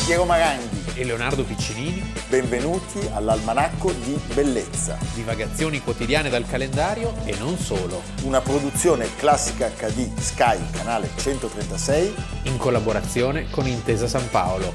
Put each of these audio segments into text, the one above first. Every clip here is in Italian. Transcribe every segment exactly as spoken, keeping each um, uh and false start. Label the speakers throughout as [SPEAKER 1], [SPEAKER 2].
[SPEAKER 1] Piero Maranghi
[SPEAKER 2] e Leonardo Piccinini.
[SPEAKER 1] Benvenuti all'Almanacco di Bellezza.
[SPEAKER 2] Divagazioni quotidiane dal calendario e non solo.
[SPEAKER 1] Una produzione Classica acca di Sky, canale centotrentasei.
[SPEAKER 2] In collaborazione con Intesa San Paolo.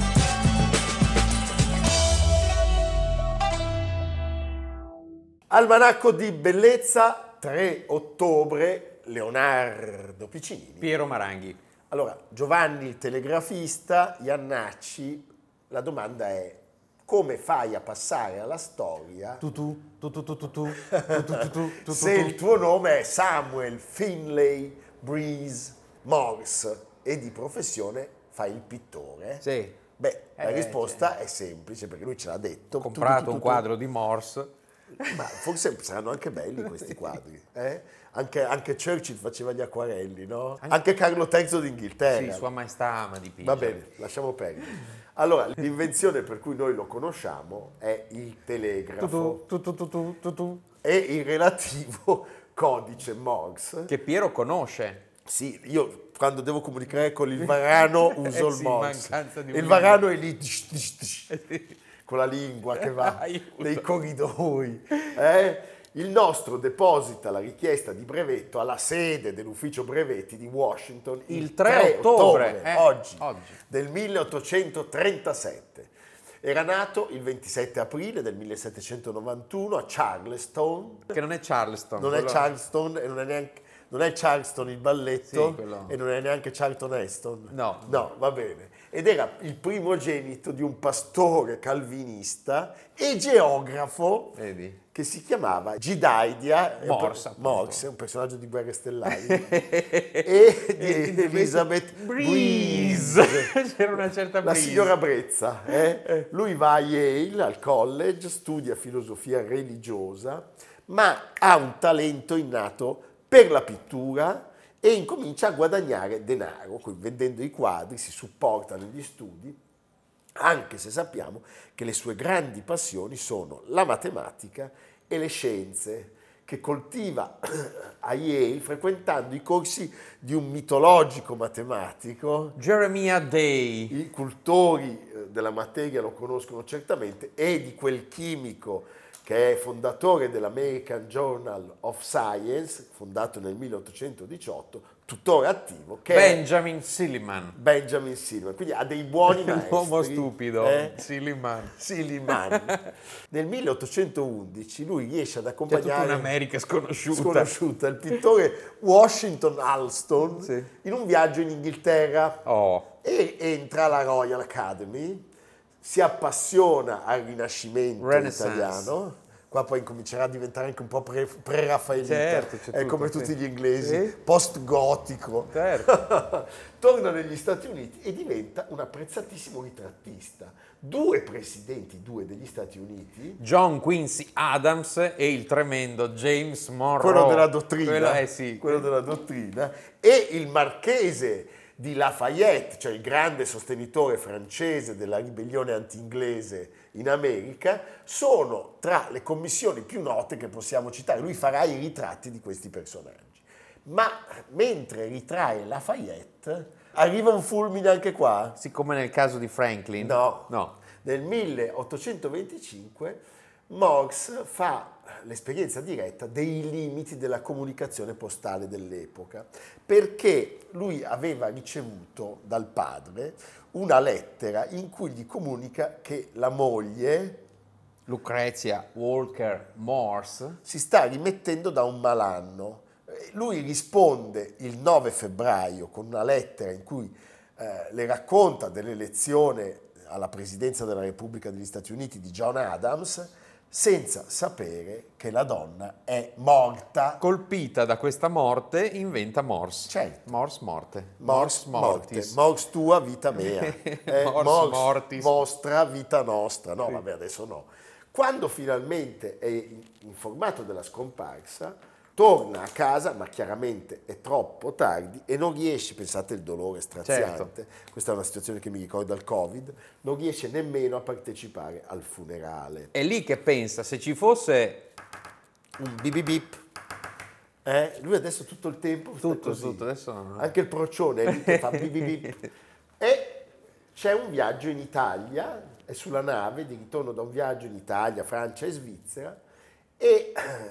[SPEAKER 3] Almanacco di Bellezza, tre ottobre, Leonardo Piccinini.
[SPEAKER 2] Piero Maranghi.
[SPEAKER 3] Allora, Giovanni il telegrafista, Iannacci, la domanda è: come fai a passare alla storia
[SPEAKER 2] Tu tu, tu tu tu tu tu, tu tu tu tu, tu
[SPEAKER 3] se il tuo nome è Samuel Finlay Breeze Morse e di professione fai il pittore?
[SPEAKER 2] Sì.
[SPEAKER 3] Beh, la
[SPEAKER 2] Eh,
[SPEAKER 3] risposta è semplice perché lui ce l'ha detto.
[SPEAKER 4] Ho comprato
[SPEAKER 3] Tu, tu, tu,
[SPEAKER 4] un
[SPEAKER 3] tu,
[SPEAKER 4] quadro di Morse.
[SPEAKER 3] Ma forse saranno anche belli questi quadri. Eh? Anche, anche Churchill faceva gli acquarelli, no? Anche Carlo terzo d'Inghilterra.
[SPEAKER 4] Sì, Sua Maestà ama dipingere.
[SPEAKER 3] Va bene, lasciamo perdere. Allora, l'invenzione per cui noi lo conosciamo è il telegrafo
[SPEAKER 4] Tu, tu, tu, tu, tu, tu.
[SPEAKER 3] e il relativo codice Morse.
[SPEAKER 4] Che Piero conosce.
[SPEAKER 3] Sì, io quando devo comunicare con il varano uso
[SPEAKER 4] Eh
[SPEAKER 3] il
[SPEAKER 4] sì,
[SPEAKER 3] Morse.
[SPEAKER 4] mancanza di un
[SPEAKER 3] Il varano è lì tsh, tsh, tsh, con la lingua che va
[SPEAKER 4] Aiuto.
[SPEAKER 3] nei corridoi. Eh? Il nostro deposita la richiesta di brevetto alla sede dell'ufficio brevetti di Washington il,
[SPEAKER 4] Il tre ottobre, eh,
[SPEAKER 3] oggi,
[SPEAKER 4] oggi.
[SPEAKER 3] del milleottocentotrentasette. Era nato il ventisette aprile del millesettecentonovantuno a Charleston.
[SPEAKER 4] Che non è Charleston.
[SPEAKER 3] Non è
[SPEAKER 4] quello-
[SPEAKER 3] Charleston e non è neanche non è Charleston il balletto,
[SPEAKER 4] Sì, quello-
[SPEAKER 3] e non è neanche Charlton Heston.
[SPEAKER 4] No.
[SPEAKER 3] No, va bene. Ed era il primogenito di un pastore calvinista e geografo
[SPEAKER 4] Vedi?
[SPEAKER 3] che si chiamava Gidaida
[SPEAKER 4] Morse, appunto.
[SPEAKER 3] Morse, un personaggio di Guerre Stellari, e di Elizabeth Breeze.
[SPEAKER 4] C'era una certa
[SPEAKER 3] La
[SPEAKER 4] Breeze.
[SPEAKER 3] signora Brezza. eh? Lui va a Yale, al college, studia filosofia religiosa, ma ha un talento innato per la pittura e incomincia a guadagnare denaro, quindi vendendo i quadri si supporta negli studi, anche se sappiamo che le sue grandi passioni sono la matematica e le scienze, che coltiva a Yale frequentando i corsi di un mitologico matematico.
[SPEAKER 4] Jeremiah Day.
[SPEAKER 3] I cultori eh, della materia lo conoscono certamente, e di quel chimico che è fondatore dell'American Journal of Science, fondato nel milleottocentodiciotto, tuttora attivo, che
[SPEAKER 4] Benjamin Silliman.
[SPEAKER 3] è Benjamin Silliman. Quindi ha dei buoni maestri.
[SPEAKER 4] L'uomo stupido.
[SPEAKER 3] eh?
[SPEAKER 4] Silliman.
[SPEAKER 3] Silliman. Nel milleottocentoundici lui riesce ad
[SPEAKER 4] C'è
[SPEAKER 3] accompagnare
[SPEAKER 4] tutta un'America sconosciuta.
[SPEAKER 3] sconosciuta il pittore Washington Alston
[SPEAKER 4] Sì.
[SPEAKER 3] in un viaggio in Inghilterra.
[SPEAKER 4] Oh.
[SPEAKER 3] E entra alla Royal Academy, si appassiona al Rinascimento
[SPEAKER 4] Renaissance.
[SPEAKER 3] italiano. Qua poi comincerà a diventare anche un po' pre- pre-raffaellita,
[SPEAKER 4] Certo, c'è
[SPEAKER 3] è
[SPEAKER 4] tutto,
[SPEAKER 3] come
[SPEAKER 4] sì.
[SPEAKER 3] tutti gli inglesi,
[SPEAKER 4] Sì.
[SPEAKER 3] post-gotico.
[SPEAKER 4] Certo.
[SPEAKER 3] Torna negli Stati Uniti e diventa un apprezzatissimo ritrattista. Due presidenti, due degli Stati Uniti,
[SPEAKER 4] John Quincy Adams e il tremendo James Monroe.
[SPEAKER 3] quello della dottrina,
[SPEAKER 4] Quello, eh sì.
[SPEAKER 3] quello della dottrina, e il marchese di Lafayette, cioè il grande sostenitore francese della ribellione anti-inglese in America, sono tra le commissioni più note che possiamo citare. Lui farà i ritratti di questi personaggi. Ma mentre ritrae Lafayette, arriva un fulmine anche qua.
[SPEAKER 4] Siccome nel caso di Franklin.
[SPEAKER 3] No.
[SPEAKER 4] No.
[SPEAKER 3] Nel milleottocentoventicinque Morse fa l'esperienza diretta dei limiti della comunicazione postale dell'epoca, perché lui aveva ricevuto dal padre una lettera in cui gli comunica che la moglie
[SPEAKER 4] Lucrezia Walker Morse.
[SPEAKER 3] si sta rimettendo da un malanno. Lui risponde il nove febbraio con una lettera in cui eh, le racconta dell'elezione alla presidenza della Repubblica degli Stati Uniti di John Adams, senza sapere che la donna è morta.
[SPEAKER 4] Colpita da questa morte, inventa Morse.
[SPEAKER 3] Certo.
[SPEAKER 4] Morse morte.
[SPEAKER 3] Mors morte,
[SPEAKER 4] mortis.
[SPEAKER 3] mors tua, vita mea. Eh,
[SPEAKER 4] Mors
[SPEAKER 3] mors
[SPEAKER 4] mortis.
[SPEAKER 3] vostra, vita nostra. No,
[SPEAKER 4] Sì.
[SPEAKER 3] vabbè, adesso no. Quando finalmente è informato della scomparsa, torna a casa, ma chiaramente è troppo tardi e non riesce, pensate il dolore straziante,
[SPEAKER 4] Certo.
[SPEAKER 3] questa è una situazione che mi ricorda il Covid, non riesce nemmeno a partecipare al funerale.
[SPEAKER 4] È lì che pensa, se ci fosse
[SPEAKER 3] Un bip bip bip. Eh? Lui adesso tutto il tempo sta
[SPEAKER 4] tutto,
[SPEAKER 3] così.
[SPEAKER 4] tutto, adesso no.
[SPEAKER 3] Anche il procione è lì che fa bip bip bip. E c'è un viaggio in Italia, è sulla nave di ritorno da un viaggio in Italia, Francia e Svizzera, e eh,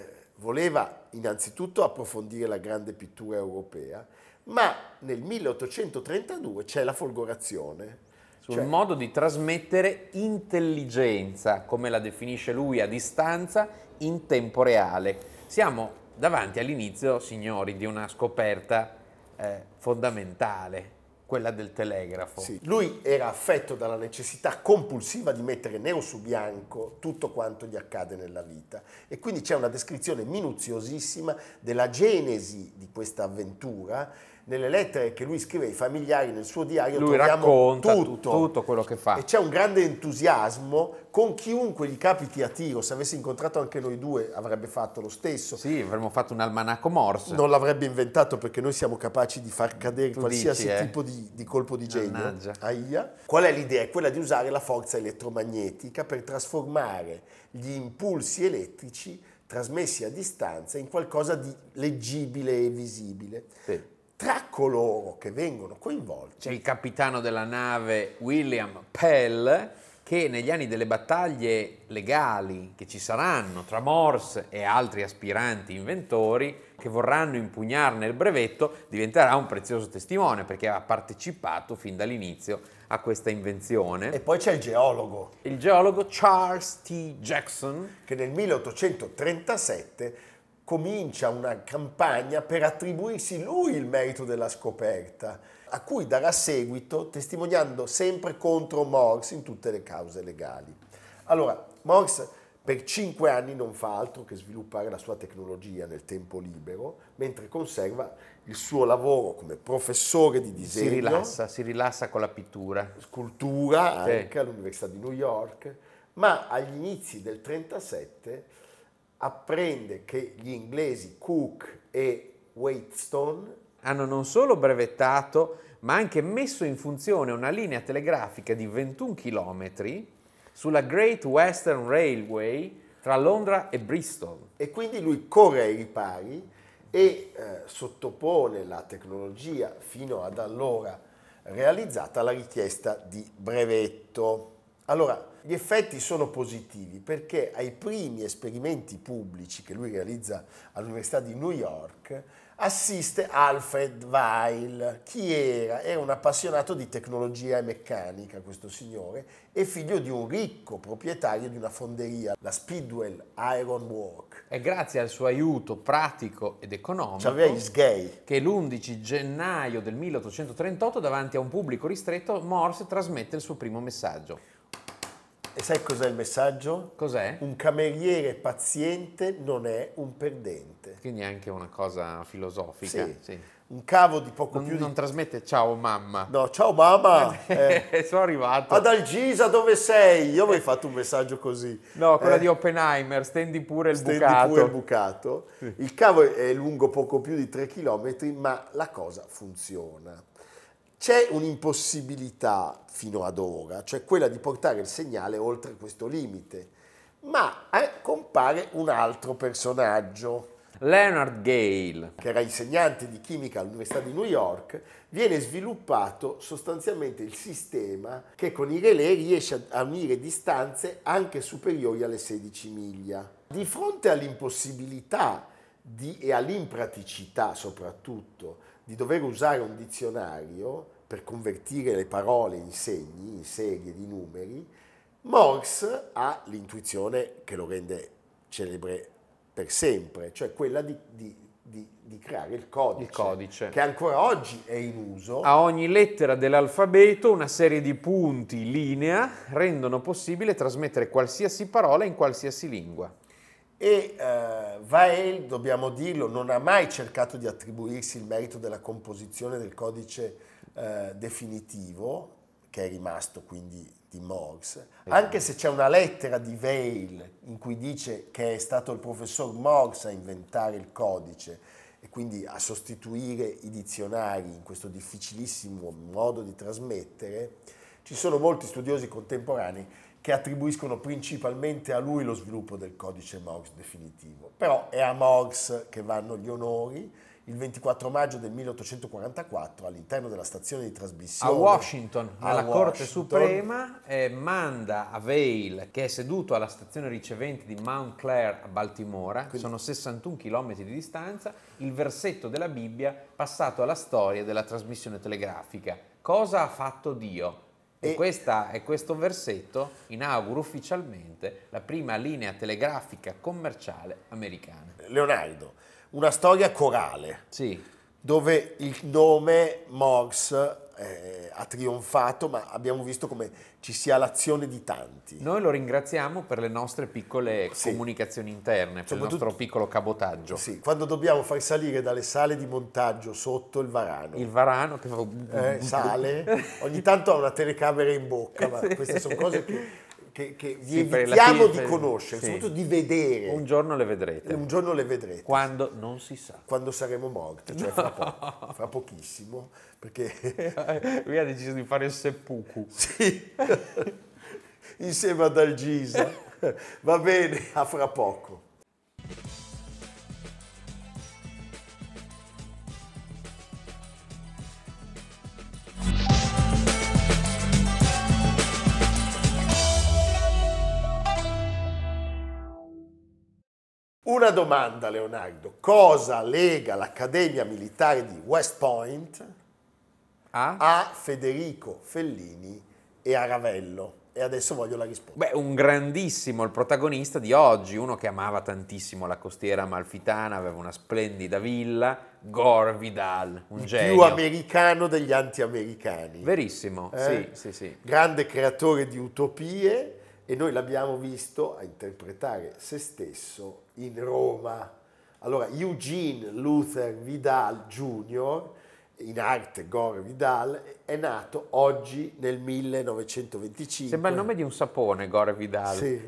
[SPEAKER 3] voleva innanzitutto approfondire la grande pittura europea, ma nel milleottocentotrentadue c'è la folgorazione.
[SPEAKER 4] Sul
[SPEAKER 3] Cioè,
[SPEAKER 4] modo di trasmettere intelligenza, come la definisce lui, a distanza, in tempo reale. Siamo davanti all'inizio, signori, di una scoperta eh, fondamentale, quella del telegrafo.
[SPEAKER 3] sì, lui era affetto dalla necessità compulsiva di mettere nero su bianco tutto quanto gli accade nella vita, e quindi c'è una descrizione minuziosissima della genesi di questa avventura. Nelle lettere che lui scrive ai familiari nel suo diario
[SPEAKER 4] Lui
[SPEAKER 3] troviamo
[SPEAKER 4] racconta
[SPEAKER 3] tutto,
[SPEAKER 4] tu- tutto quello che fa.
[SPEAKER 3] e c'è un grande entusiasmo con chiunque gli capiti a tiro. Se avesse incontrato anche noi due avrebbe fatto lo stesso.
[SPEAKER 4] Sì, avremmo fatto un almanacco Morse.
[SPEAKER 3] Non l'avrebbe inventato, perché noi siamo capaci di far cadere
[SPEAKER 4] Tu
[SPEAKER 3] qualsiasi
[SPEAKER 4] dici, eh?
[SPEAKER 3] tipo di, di colpo di genio.
[SPEAKER 4] Mannaggia.
[SPEAKER 3] Aia. Qual è l'idea? È quella di usare la forza elettromagnetica per trasformare gli impulsi elettrici trasmessi a distanza in qualcosa di leggibile e visibile.
[SPEAKER 4] Sì.
[SPEAKER 3] Tra coloro che vengono coinvolti
[SPEAKER 4] C'è il capitano della nave William Pell, che negli anni delle battaglie legali che ci saranno tra Morse e altri aspiranti inventori che vorranno impugnarne il brevetto, diventerà un prezioso testimone, perché ha partecipato fin dall'inizio a questa invenzione.
[SPEAKER 3] e poi c'è il geologo
[SPEAKER 4] Il geologo Charles T. Jackson,
[SPEAKER 3] che nel milleottocentotrentasette comincia una campagna per attribuirsi lui il merito della scoperta, a cui darà seguito testimoniando sempre contro Morse in tutte le cause legali. Allora, Morse per cinque anni non fa altro che sviluppare la sua tecnologia nel tempo libero, mentre conserva il suo lavoro come professore di
[SPEAKER 4] si
[SPEAKER 3] disegno,
[SPEAKER 4] rilassa, si rilassa con la pittura.
[SPEAKER 3] scultura anche
[SPEAKER 4] Sì.
[SPEAKER 3] all'Università di New York, ma agli inizi del trentasette apprende che gli inglesi Cook e Wheatstone
[SPEAKER 4] Hanno non solo brevettato, ma anche messo in funzione una linea telegrafica di ventuno chilometri sulla Great Western Railway tra Londra e Bristol.
[SPEAKER 3] e quindi lui corre ai ripari e eh, sottopone la tecnologia fino ad allora realizzata alla richiesta di brevetto. Allora, gli effetti sono positivi, perché ai primi esperimenti pubblici che lui realizza all'Università di New York assiste Alfred Weil. Chi era? Era un appassionato di tecnologia e meccanica, questo signore, e figlio di un ricco proprietario di una fonderia, la Speedwell Iron Work.
[SPEAKER 4] È grazie al suo aiuto pratico ed economico
[SPEAKER 3] C'aveva gli sgay.
[SPEAKER 4] che l'undici gennaio del milleottocentotrentotto, davanti a un pubblico ristretto, Morse trasmette il suo primo messaggio.
[SPEAKER 3] E sai cos'è il messaggio?
[SPEAKER 4] Cos'è?
[SPEAKER 3] Un cameriere paziente non è un perdente.
[SPEAKER 4] Quindi è anche una cosa filosofica.
[SPEAKER 3] Sì.
[SPEAKER 4] Sì.
[SPEAKER 3] Un cavo di poco
[SPEAKER 4] Non,
[SPEAKER 3] più
[SPEAKER 4] non
[SPEAKER 3] di...
[SPEAKER 4] trasmette ciao mamma.
[SPEAKER 3] No, ciao mamma! Eh,
[SPEAKER 4] Sono arrivato.
[SPEAKER 3] ad Algisa dove sei? Io avrei fatto un messaggio così.
[SPEAKER 4] No, quella
[SPEAKER 3] Eh,
[SPEAKER 4] di Oppenheimer, stendi pure il
[SPEAKER 3] stendi
[SPEAKER 4] bucato.
[SPEAKER 3] pure il bucato. Il cavo è lungo poco più di tre chilometri, ma la cosa funziona. C'è un'impossibilità fino ad ora, cioè quella di portare il segnale oltre questo limite, ma eh, compare un altro personaggio
[SPEAKER 4] Leonard Gale.
[SPEAKER 3] che era insegnante di chimica all'Università di New York. Viene sviluppato sostanzialmente il sistema che con i relè riesce a unire distanze anche superiori alle sedici miglia. Di fronte all'impossibilità di, e all'impraticità soprattutto di dover usare un dizionario per convertire le parole in segni, in serie di numeri, Morse ha l'intuizione che lo rende celebre per sempre, cioè quella di, di, di, di creare il codice,
[SPEAKER 4] Il codice.
[SPEAKER 3] che ancora oggi è in uso.
[SPEAKER 4] A ogni lettera dell'alfabeto una serie di punti linea rendono possibile trasmettere qualsiasi parola in qualsiasi lingua.
[SPEAKER 3] E eh, Weil, dobbiamo dirlo, non ha mai cercato di attribuirsi il merito della composizione del codice eh, definitivo, che è rimasto quindi di Morse, anche se c'è una lettera di Weil in cui dice che è stato il professor Morse a inventare il codice e quindi a sostituire i dizionari in questo difficilissimo modo di trasmettere. Ci sono molti studiosi contemporanei che attribuiscono principalmente a lui lo sviluppo del codice Morse definitivo. Però è a Morse che vanno gli onori. Il ventiquattro maggio del milleottocentoquarantaquattro, all'interno della stazione di trasmissione
[SPEAKER 4] a Washington,
[SPEAKER 3] a
[SPEAKER 4] alla Corte
[SPEAKER 3] Washington,
[SPEAKER 4] Suprema, eh, manda a Vail, che è seduto alla stazione ricevente di Mount Clair a Baltimora,
[SPEAKER 3] Quindi,
[SPEAKER 4] sono sessantuno chilometri di distanza, il versetto della Bibbia passato alla storia della trasmissione telegrafica. Cosa ha fatto Dio? E, e questa, e questo versetto inaugura ufficialmente la prima linea telegrafica commerciale americana.
[SPEAKER 3] Leonardo, una storia corale,
[SPEAKER 4] sì.
[SPEAKER 3] dove il nome Morse eh, ha trionfato, ma abbiamo visto come ci sia l'azione di tanti.
[SPEAKER 4] Noi lo ringraziamo per le nostre piccole sì. comunicazioni interne, per il nostro piccolo cabotaggio.
[SPEAKER 3] Sì, quando dobbiamo far salire dalle sale di montaggio sotto il varano.
[SPEAKER 4] Il varano che fa...
[SPEAKER 3] Eh, sale, ogni tanto ha una telecamera in bocca, ma queste sono cose che... che, che vi sì, evitiamo di conoscere, sì. soprattutto di vedere.
[SPEAKER 4] Un giorno le vedrete.
[SPEAKER 3] Un giorno le vedrete.
[SPEAKER 4] Quando non si sa.
[SPEAKER 3] Quando saremo morti, cioè fra, po- fra pochissimo, perché...
[SPEAKER 4] Lui ha deciso di fare il seppuku.
[SPEAKER 3] Sì, insieme ad Algisa. Va bene, a fra poco. Una domanda, Leonardo. Cosa lega l'Accademia Militare di West Point
[SPEAKER 4] ah?
[SPEAKER 3] a Federico Fellini e a Ravello? E adesso voglio la risposta.
[SPEAKER 4] Beh, un grandissimo, il protagonista di oggi, uno che amava tantissimo la costiera amalfitana, aveva una splendida villa, Gore Vidal, un
[SPEAKER 3] il
[SPEAKER 4] genio.
[SPEAKER 3] più americano degli anti-americani.
[SPEAKER 4] Verissimo,
[SPEAKER 3] eh?
[SPEAKER 4] sì, sì, sì.
[SPEAKER 3] Grande creatore di utopie. E noi l'abbiamo visto a interpretare se stesso in Roma. Allora, Eugene Luther Vidal Junior, in arte Gore Vidal, è nato oggi nel millenovecentoventicinque.
[SPEAKER 4] Sembra il nome di un sapone, Gore Vidal.
[SPEAKER 3] Sì.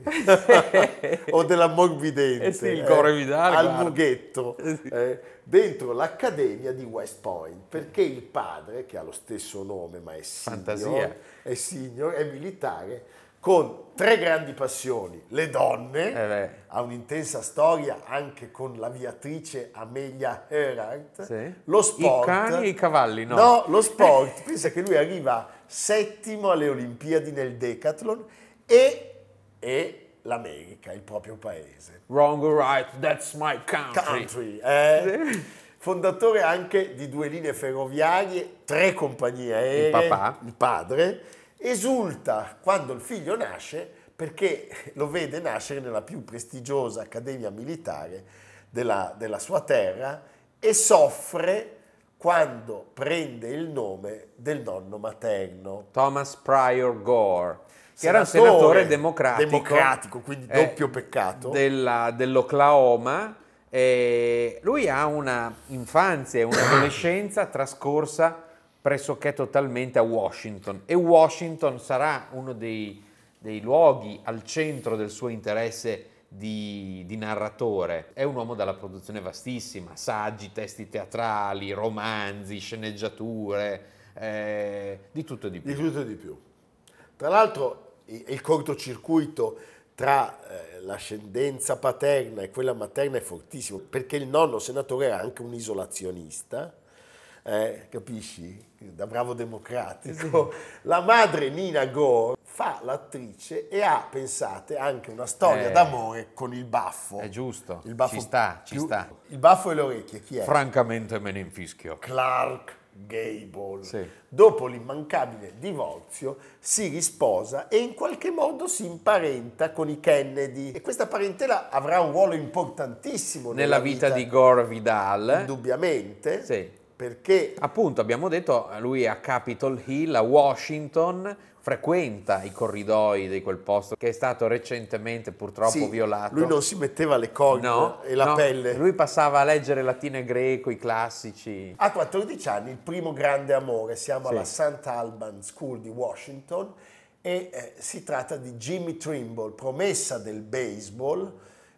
[SPEAKER 3] O della morbidente.
[SPEAKER 4] Eh sì, il Gore Vidal.
[SPEAKER 3] Eh, al
[SPEAKER 4] guarda.
[SPEAKER 3] Nughetto.
[SPEAKER 4] Eh sì.
[SPEAKER 3] eh, dentro l'Accademia di West Point, perché il padre, che ha lo stesso nome ma è senior,
[SPEAKER 4] Fantasia.
[SPEAKER 3] è, senior, è militare, con tre grandi passioni: le donne,
[SPEAKER 4] eh
[SPEAKER 3] ha un'intensa storia anche con l'aviatrice Amelia Earhart,
[SPEAKER 4] sì.
[SPEAKER 3] lo sport.
[SPEAKER 4] I cani e i cavalli, no?
[SPEAKER 3] No, lo sport. Pensa che lui arriva settimo alle Olimpiadi nel decathlon e, e l'America, il proprio paese.
[SPEAKER 4] Wrong or right, that's my country.
[SPEAKER 3] Country, eh? Sì. Fondatore anche di due linee ferroviarie, tre compagnie aeree.
[SPEAKER 4] Il papà.
[SPEAKER 3] Il padre. Esulta quando il figlio nasce perché lo vede nascere nella più prestigiosa accademia militare della, della sua terra e soffre quando prende il nome del nonno materno.
[SPEAKER 4] Thomas Pryor Gore, che
[SPEAKER 3] senatore,
[SPEAKER 4] era un senatore democratico.
[SPEAKER 3] Democratico, quindi doppio eh, peccato.
[SPEAKER 4] Della, dell'Oklahoma. E lui ha una infanzia e un'adolescenza trascorsa pressoché totalmente a Washington, e Washington sarà uno dei, dei luoghi al centro del suo interesse di, di narratore. È un uomo dalla produzione vastissima, saggi, testi teatrali, romanzi, sceneggiature, eh, di tutto e di più.
[SPEAKER 3] Di tutto e di più. Tra l'altro il cortocircuito tra eh, l'ascendenza paterna e quella materna è fortissimo, perché il nonno senatore era anche un isolazionista. Eh, capisci? Da bravo democratico. Sì. La madre Nina Gore fa l'attrice e ha, pensate, anche una storia
[SPEAKER 4] eh,
[SPEAKER 3] d'amore con il baffo.
[SPEAKER 4] È giusto,
[SPEAKER 3] il baffo
[SPEAKER 4] ci sta, ci
[SPEAKER 3] più,
[SPEAKER 4] sta.
[SPEAKER 3] Il baffo e le orecchie, chi è?
[SPEAKER 4] Francamente me ne infischio.
[SPEAKER 3] Clark Gable.
[SPEAKER 4] Sì.
[SPEAKER 3] Dopo l'immancabile divorzio si risposa e in qualche modo si imparenta con i Kennedy. E questa parentela avrà un ruolo importantissimo
[SPEAKER 4] nella,
[SPEAKER 3] nella
[SPEAKER 4] vita,
[SPEAKER 3] vita
[SPEAKER 4] di Gore Vidal.
[SPEAKER 3] Indubbiamente.
[SPEAKER 4] Sì.
[SPEAKER 3] Perché
[SPEAKER 4] appunto abbiamo detto, lui a Capitol Hill, a Washington, frequenta i corridoi di quel posto che è stato recentemente purtroppo
[SPEAKER 3] sì,
[SPEAKER 4] violato.
[SPEAKER 3] Lui non si metteva le corna
[SPEAKER 4] no,
[SPEAKER 3] e la
[SPEAKER 4] no,
[SPEAKER 3] pelle.
[SPEAKER 4] Lui passava a leggere latino e greco, i classici.
[SPEAKER 3] A quattordici anni il primo grande amore, siamo
[SPEAKER 4] sì.
[SPEAKER 3] alla Saint Alban School di Washington e eh, si tratta di Jimmy Trimble, promessa del baseball,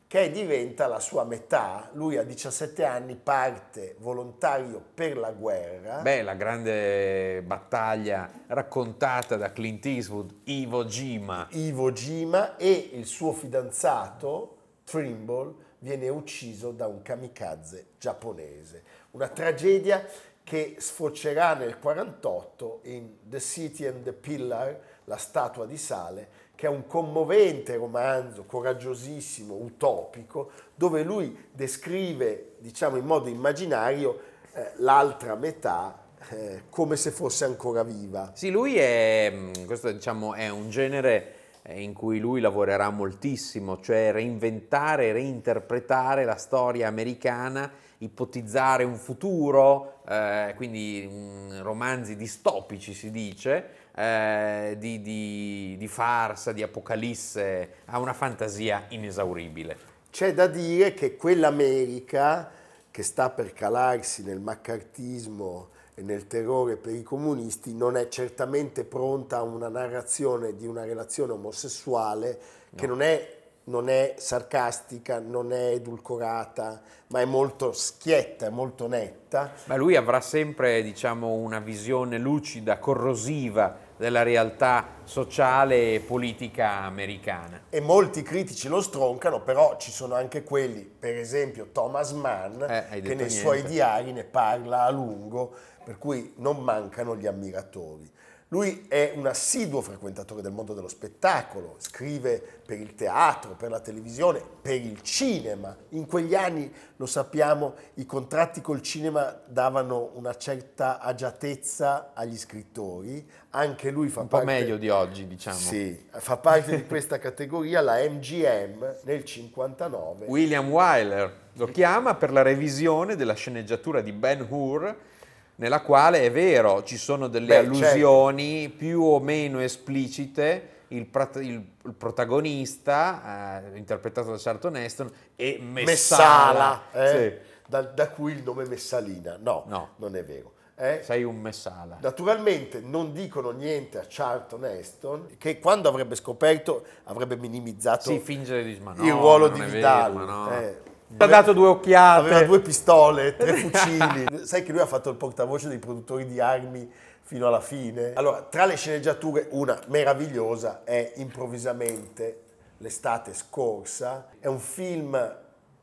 [SPEAKER 3] che diventa la sua metà. Lui a diciassette anni parte volontario per la guerra.
[SPEAKER 4] Beh, la grande battaglia raccontata da Clint Eastwood, Iwo Jima.
[SPEAKER 3] Iwo Jima, e il suo fidanzato, Trimble, viene ucciso da un kamikaze giapponese. Una tragedia che sfocerà nel quarantotto in The City and the Pillar, la statua di sale, che è un commovente romanzo, coraggiosissimo, utopico, dove lui descrive, diciamo in modo immaginario, eh, l'altra metà eh, come se fosse ancora viva.
[SPEAKER 4] Sì, lui è, questo diciamo, è un genere in cui lui lavorerà moltissimo, cioè reinventare, reinterpretare la storia americana, ipotizzare un futuro, eh, quindi mh, romanzi distopici si dice, eh, di, di, di farsa, di apocalisse, ha una fantasia inesauribile.
[SPEAKER 3] C'è da dire che quell'America che sta per calarsi nel maccartismo e nel terrore per i comunisti non è certamente pronta a una narrazione di una relazione omosessuale che
[SPEAKER 4] No.
[SPEAKER 3] non è, non è sarcastica, non è edulcorata, ma è molto schietta, è molto netta.
[SPEAKER 4] Ma lui avrà sempre, diciamo, una visione lucida, corrosiva della realtà sociale e politica americana.
[SPEAKER 3] E molti critici lo stroncano, però ci sono anche quelli, per esempio Thomas Mann,
[SPEAKER 4] Eh, hai
[SPEAKER 3] che
[SPEAKER 4] detto
[SPEAKER 3] nei
[SPEAKER 4] niente.
[SPEAKER 3] suoi diari ne parla a lungo, per cui non mancano gli ammiratori. Lui è un assiduo frequentatore del mondo dello spettacolo, scrive per il teatro, per la televisione, per il cinema. In quegli anni, lo sappiamo, i contratti col cinema davano una certa agiatezza agli scrittori. Anche lui fa
[SPEAKER 4] Un po'
[SPEAKER 3] parte...
[SPEAKER 4] meglio di oggi, diciamo.
[SPEAKER 3] Sì, fa parte di questa categoria, la M G M nel cinquantanove.
[SPEAKER 4] William Wyler lo chiama per la revisione della sceneggiatura di Ben-Hur, nella quale è vero ci sono delle
[SPEAKER 3] Beh,
[SPEAKER 4] allusioni più o meno esplicite. Il, prat- il- il protagonista, eh, interpretato da Charlton Heston, è Messala.
[SPEAKER 3] Messala, eh?
[SPEAKER 4] Sì.
[SPEAKER 3] da, da cui il nome Messalina. No,
[SPEAKER 4] No.
[SPEAKER 3] non è vero. Eh?
[SPEAKER 4] Sei un Messala.
[SPEAKER 3] Naturalmente non dicono niente a Charlton Heston, che quando avrebbe scoperto avrebbe minimizzato
[SPEAKER 4] Sì, fingere di ma no,
[SPEAKER 3] il ruolo
[SPEAKER 4] ma
[SPEAKER 3] di
[SPEAKER 4] non è
[SPEAKER 3] Vidal.
[SPEAKER 4] vero, ma no.
[SPEAKER 3] eh.
[SPEAKER 4] Ti ha dato due occhiate.
[SPEAKER 3] Aveva due pistole, tre fucili. Sai che lui ha fatto il portavoce dei produttori di armi fino alla fine? Allora, tra le sceneggiature, una meravigliosa è Improvvisamente l'estate scorsa. È un film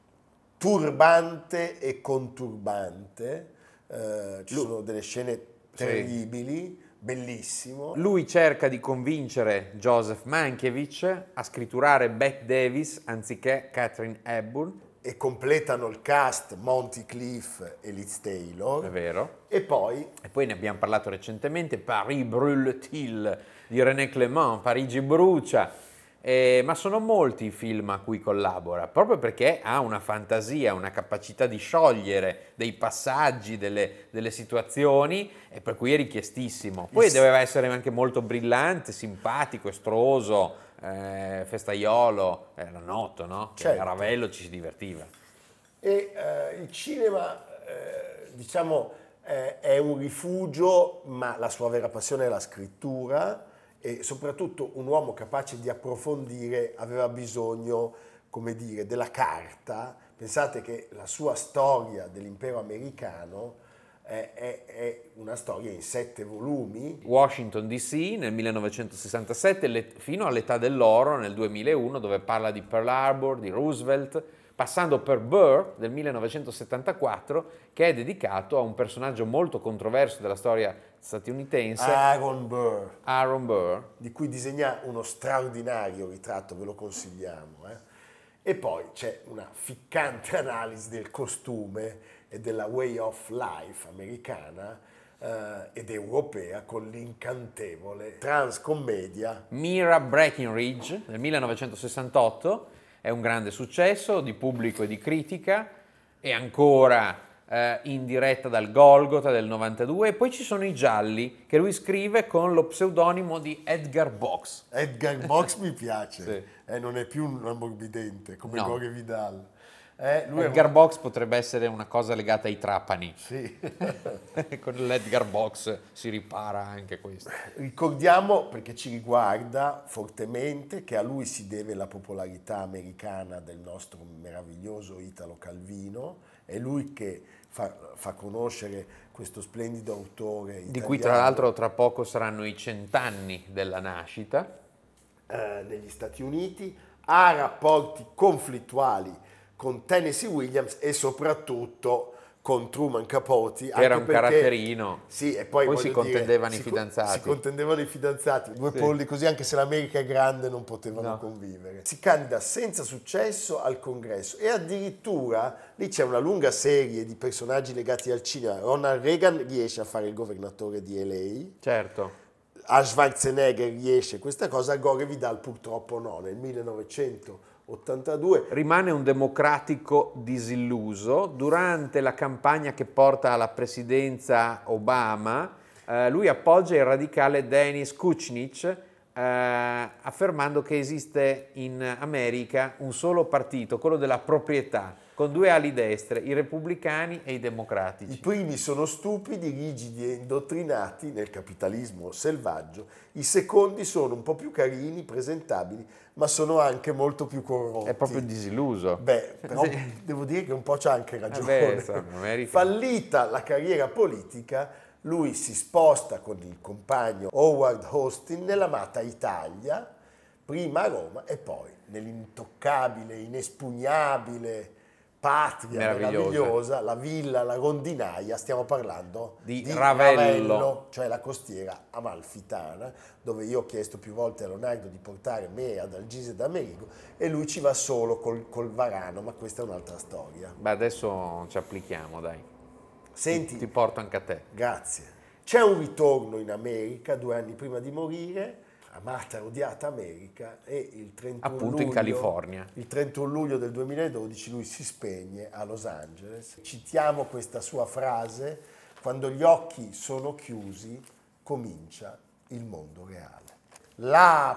[SPEAKER 3] turbante e conturbante. Eh, ci sono delle scene terribili, bellissimo.
[SPEAKER 4] Lui cerca di convincere Joseph Mankiewicz a scritturare Bette Davis anziché Catherine Hepburn.
[SPEAKER 3] E completano il cast Monty Cliff e Liz Taylor.
[SPEAKER 4] È vero.
[SPEAKER 3] E poi
[SPEAKER 4] E poi ne abbiamo parlato recentemente, Paris brûle-t-il di René Clément, Parigi brucia. Eh, ma sono molti i film a cui collabora, proprio perché ha una fantasia, una capacità di sciogliere dei passaggi, delle, delle situazioni, e per cui è richiestissimo. Poi
[SPEAKER 3] Il-
[SPEAKER 4] doveva essere anche molto brillante, simpatico, estroso, eh, festaiolo, era noto, no? Che
[SPEAKER 3] Certo.
[SPEAKER 4] a Ravello ci si divertiva.
[SPEAKER 3] E eh, il cinema, eh, diciamo, eh, è un rifugio, ma la sua vera passione è la scrittura, e soprattutto un uomo capace di approfondire aveva bisogno, come dire, della carta. Pensate che la sua storia dell'impero americano è, è- è una storia in sette volumi.
[SPEAKER 4] Washington D C nel millenovecentosessantasette le- fino all'età dell'oro nel duemilauno, dove parla di Pearl Harbor, di Roosevelt, passando per Burr del millenovecentosettantaquattro, che è dedicato a un personaggio molto controverso della storia statunitense,
[SPEAKER 3] Aaron Burr,
[SPEAKER 4] Aaron Burr.
[SPEAKER 3] di cui disegna uno straordinario ritratto, ve lo consigliamo. eh. E poi c'è una ficcante analisi del costume e della way of life americana eh, ed europea con l'incantevole transcommedia.
[SPEAKER 4] Mira Breckinridge nel millenovecentosessantotto, è un grande successo di pubblico e di critica, e ancora eh, in diretta dal Golgotha del novantadue, e poi ci sono i gialli che lui scrive con lo pseudonimo di Edgar Box.
[SPEAKER 3] Edgar Box mi piace,
[SPEAKER 4] Sì.
[SPEAKER 3] eh, non è più un ammorbidente come
[SPEAKER 4] No.
[SPEAKER 3] Gore Vidal. Eh, lui è
[SPEAKER 4] Edgar Box potrebbe essere una cosa legata ai trapani.
[SPEAKER 3] Sì.
[SPEAKER 4] Con l'Edgar Box si ripara anche questo.
[SPEAKER 3] Ricordiamo, perché ci riguarda fortemente, che a lui si deve la popolarità americana del nostro meraviglioso Italo Calvino. È lui che fa, fa conoscere questo splendido autore italiano.
[SPEAKER 4] Di cui tra l'altro tra poco saranno i cent'anni della nascita.
[SPEAKER 3] Eh, negli Stati Uniti, ha rapporti conflittuali con Tennessee Williams e soprattutto con Truman Capote.
[SPEAKER 4] Che era
[SPEAKER 3] anche
[SPEAKER 4] un
[SPEAKER 3] perché-
[SPEAKER 4] caratterino.
[SPEAKER 3] Sì, e poi,
[SPEAKER 4] Poi
[SPEAKER 3] voglio
[SPEAKER 4] si
[SPEAKER 3] dire,
[SPEAKER 4] contendevano i
[SPEAKER 3] si co-
[SPEAKER 4] fidanzati.
[SPEAKER 3] Si contendevano i fidanzati. Due
[SPEAKER 4] Sì.
[SPEAKER 3] polli così, anche se l'America è grande, non potevano
[SPEAKER 4] No.
[SPEAKER 3] convivere. Si candida senza successo al congresso e addirittura lì c'è una lunga serie di personaggi legati al cinema. Ronald Reagan riesce a fare il governatore di L A.
[SPEAKER 4] Certo.
[SPEAKER 3] A Schwarzenegger riesce questa cosa, a Gore Vidal purtroppo no. Nel millenovecentottantadue
[SPEAKER 4] Rimane un democratico disilluso. Durante la campagna che porta alla presidenza Obama, eh, lui appoggia il radicale Dennis Kucinich, eh, affermando che esiste in America un solo partito, quello della proprietà, con due ali destre, i repubblicani e i
[SPEAKER 3] i
[SPEAKER 4] democratici.
[SPEAKER 3] primi sono stupidi, rigidi e indottrinati nel capitalismo selvaggio, i secondi sono un po' più carini, presentabili, ma sono anche molto più corrotti.
[SPEAKER 4] È proprio disilluso.
[SPEAKER 3] Beh, però
[SPEAKER 4] Sì.
[SPEAKER 3] devo dire che un po' c'ha anche ragione.
[SPEAKER 4] beh, insomma, America-
[SPEAKER 3] Fallita la carriera politica, lui si sposta con il compagno Howard Austin nell'amata Italia, prima a Roma e poi nell'intoccabile, inespugnabile patria
[SPEAKER 4] Meravigliosa.
[SPEAKER 3] meravigliosa, la villa, la rondinaia, stiamo parlando
[SPEAKER 4] Di Ravello.
[SPEAKER 3] cioè la costiera amalfitana, dove io ho chiesto più volte a Leonardo di portare me ad Algise d'Americo e lui ci va solo col, col varano, ma questa è un'altra storia.
[SPEAKER 4] Beh, adesso ci applichiamo, dai.
[SPEAKER 3] Senti,
[SPEAKER 4] Ti porto anche a te.
[SPEAKER 3] grazie. C'è un ritorno in America due anni prima di morire, amata e odiata America, e il trentuno
[SPEAKER 4] Appunto in
[SPEAKER 3] luglio-
[SPEAKER 4] California.
[SPEAKER 3] Il trentuno luglio del duemiladodici lui si spegne a Los Angeles. Citiamo questa sua frase: quando gli occhi sono chiusi comincia il mondo reale. La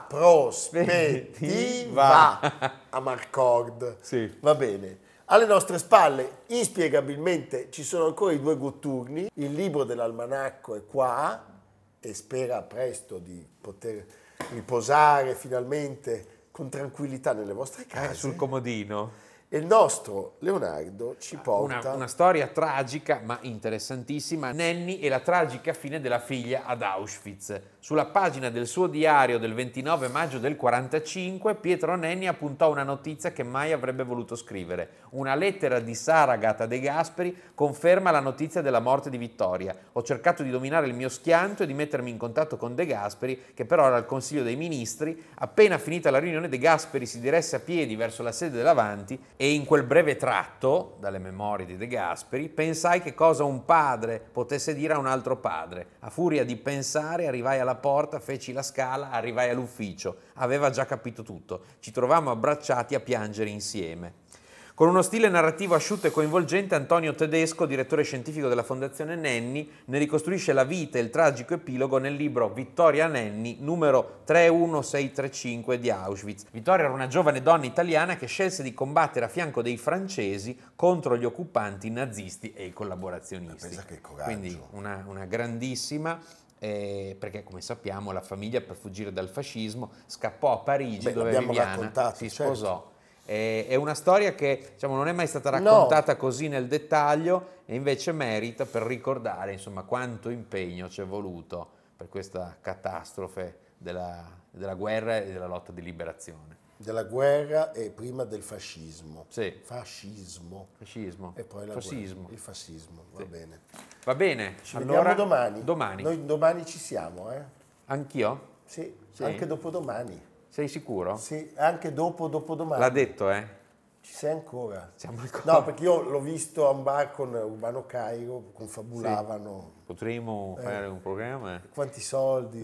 [SPEAKER 3] prospettiva a Marcord.
[SPEAKER 4] Sì.
[SPEAKER 3] Va bene. Alle nostre spalle, inspiegabilmente, ci sono ancora i due gutturni. Il libro dell'almanacco è qua e spera presto di poter riposare finalmente con tranquillità nelle vostre case.
[SPEAKER 4] Sul comodino.
[SPEAKER 3] E il nostro Leonardo ci porta...
[SPEAKER 4] Una, una storia tragica ma interessantissima, Nenni e la tragica fine della figlia ad Auschwitz. Sulla pagina del suo diario del ventinove maggio del quarantacinque, Pietro Nenni appuntò una notizia che mai avrebbe voluto scrivere. Una lettera di Sara Agata De Gasperi conferma la notizia della morte di Vittoria. Ho cercato di dominare il mio schianto e di mettermi in contatto con De Gasperi, che però era al Consiglio dei Ministri. Appena finita la riunione, De Gasperi si diresse a piedi verso la sede dell'Avanti e in quel breve tratto, dalle memorie di De Gasperi, pensai che cosa un padre potesse dire a un altro padre. A furia di pensare arrivai alla porta, feci la scala, arrivai all'ufficio. Aveva già capito tutto. Ci trovammo abbracciati a piangere insieme. Con uno stile narrativo asciutto e coinvolgente, Antonio Tedesco, direttore scientifico della Fondazione Nenni, ne ricostruisce la vita e il tragico epilogo nel libro Vittoria Nenni, numero tre uno sei tre cinque di Auschwitz. Vittoria era una giovane donna italiana che scelse di combattere a fianco dei francesi contro gli occupanti nazisti e i collaborazionisti.
[SPEAKER 3] Pensa che coraggio.
[SPEAKER 4] Quindi una, una grandissima... Eh, perché come sappiamo la famiglia, per fuggire dal fascismo, scappò a Parigi,
[SPEAKER 3] Beh,
[SPEAKER 4] dove
[SPEAKER 3] l'abbiamo
[SPEAKER 4] Viviana
[SPEAKER 3] raccontato,
[SPEAKER 4] si
[SPEAKER 3] certo.
[SPEAKER 4] sposò. Eh, È una storia che, diciamo, non è mai stata raccontata così nel dettaglio e invece merita, per ricordare, insomma, quanto impegno ci è voluto per questa catastrofe della, della guerra e della lotta di liberazione.
[SPEAKER 3] Della guerra e prima del fascismo.
[SPEAKER 4] Sì.
[SPEAKER 3] Fascismo.
[SPEAKER 4] Fascismo.
[SPEAKER 3] E poi la
[SPEAKER 4] Fascismo.
[SPEAKER 3] guerra. Il fascismo, va
[SPEAKER 4] Sì.
[SPEAKER 3] bene.
[SPEAKER 4] Va bene.
[SPEAKER 3] Ci
[SPEAKER 4] allora,
[SPEAKER 3] vediamo domani.
[SPEAKER 4] Domani.
[SPEAKER 3] Noi domani ci siamo, eh?
[SPEAKER 4] Anch'io?
[SPEAKER 3] Sì,
[SPEAKER 4] Sì?
[SPEAKER 3] anche dopodomani.
[SPEAKER 4] Sei sicuro?
[SPEAKER 3] Sì, anche dopo dopodomani.
[SPEAKER 4] L'ha detto, eh?
[SPEAKER 3] Ci sei ancora?
[SPEAKER 4] Siamo ancora...
[SPEAKER 3] No, perché io l'ho visto a un bar con Urbano Cairo, confabulavano.
[SPEAKER 4] Potremmo fare un programma?
[SPEAKER 3] Quanti soldi?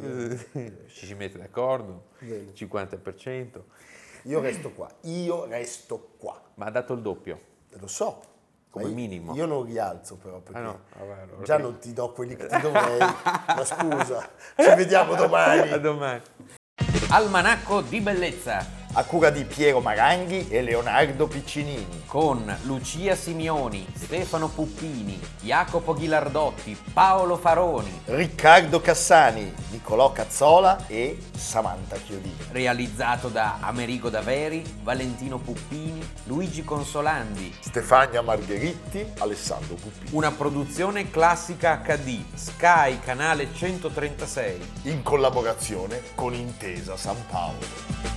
[SPEAKER 4] Ci si mette d'accordo?
[SPEAKER 3] Bene.
[SPEAKER 4] cinquanta per cento.
[SPEAKER 3] Io resto qua, io resto qua.
[SPEAKER 4] Ma ha dato il doppio.
[SPEAKER 3] Lo so.
[SPEAKER 4] Come
[SPEAKER 3] ma io-
[SPEAKER 4] minimo.
[SPEAKER 3] Io non rialzo però, perché
[SPEAKER 4] Ah no, vabbè, allora
[SPEAKER 3] già
[SPEAKER 4] sì.
[SPEAKER 3] non ti do quelli che ti dovrei. Ma scusa, ci vediamo domani.
[SPEAKER 4] A domani. Almanacco di bellezza.
[SPEAKER 1] a cura di Piero Maranghi e Leonardo Piccinini.
[SPEAKER 4] Con Lucia Simioni, Stefano Puppini, Jacopo Ghilardotti, Paolo Faroni.
[SPEAKER 1] Riccardo Cassani, Nicolò Cazzola e Samantha Chiodini.
[SPEAKER 4] Realizzato da Amerigo Daveri, Valentino Puppini, Luigi Consolandi.
[SPEAKER 3] Stefania Margheritti, Alessandro Puppini.
[SPEAKER 4] Una produzione Classica acca di, Sky, canale centotrentasei.
[SPEAKER 3] In collaborazione con Intesa San Paolo.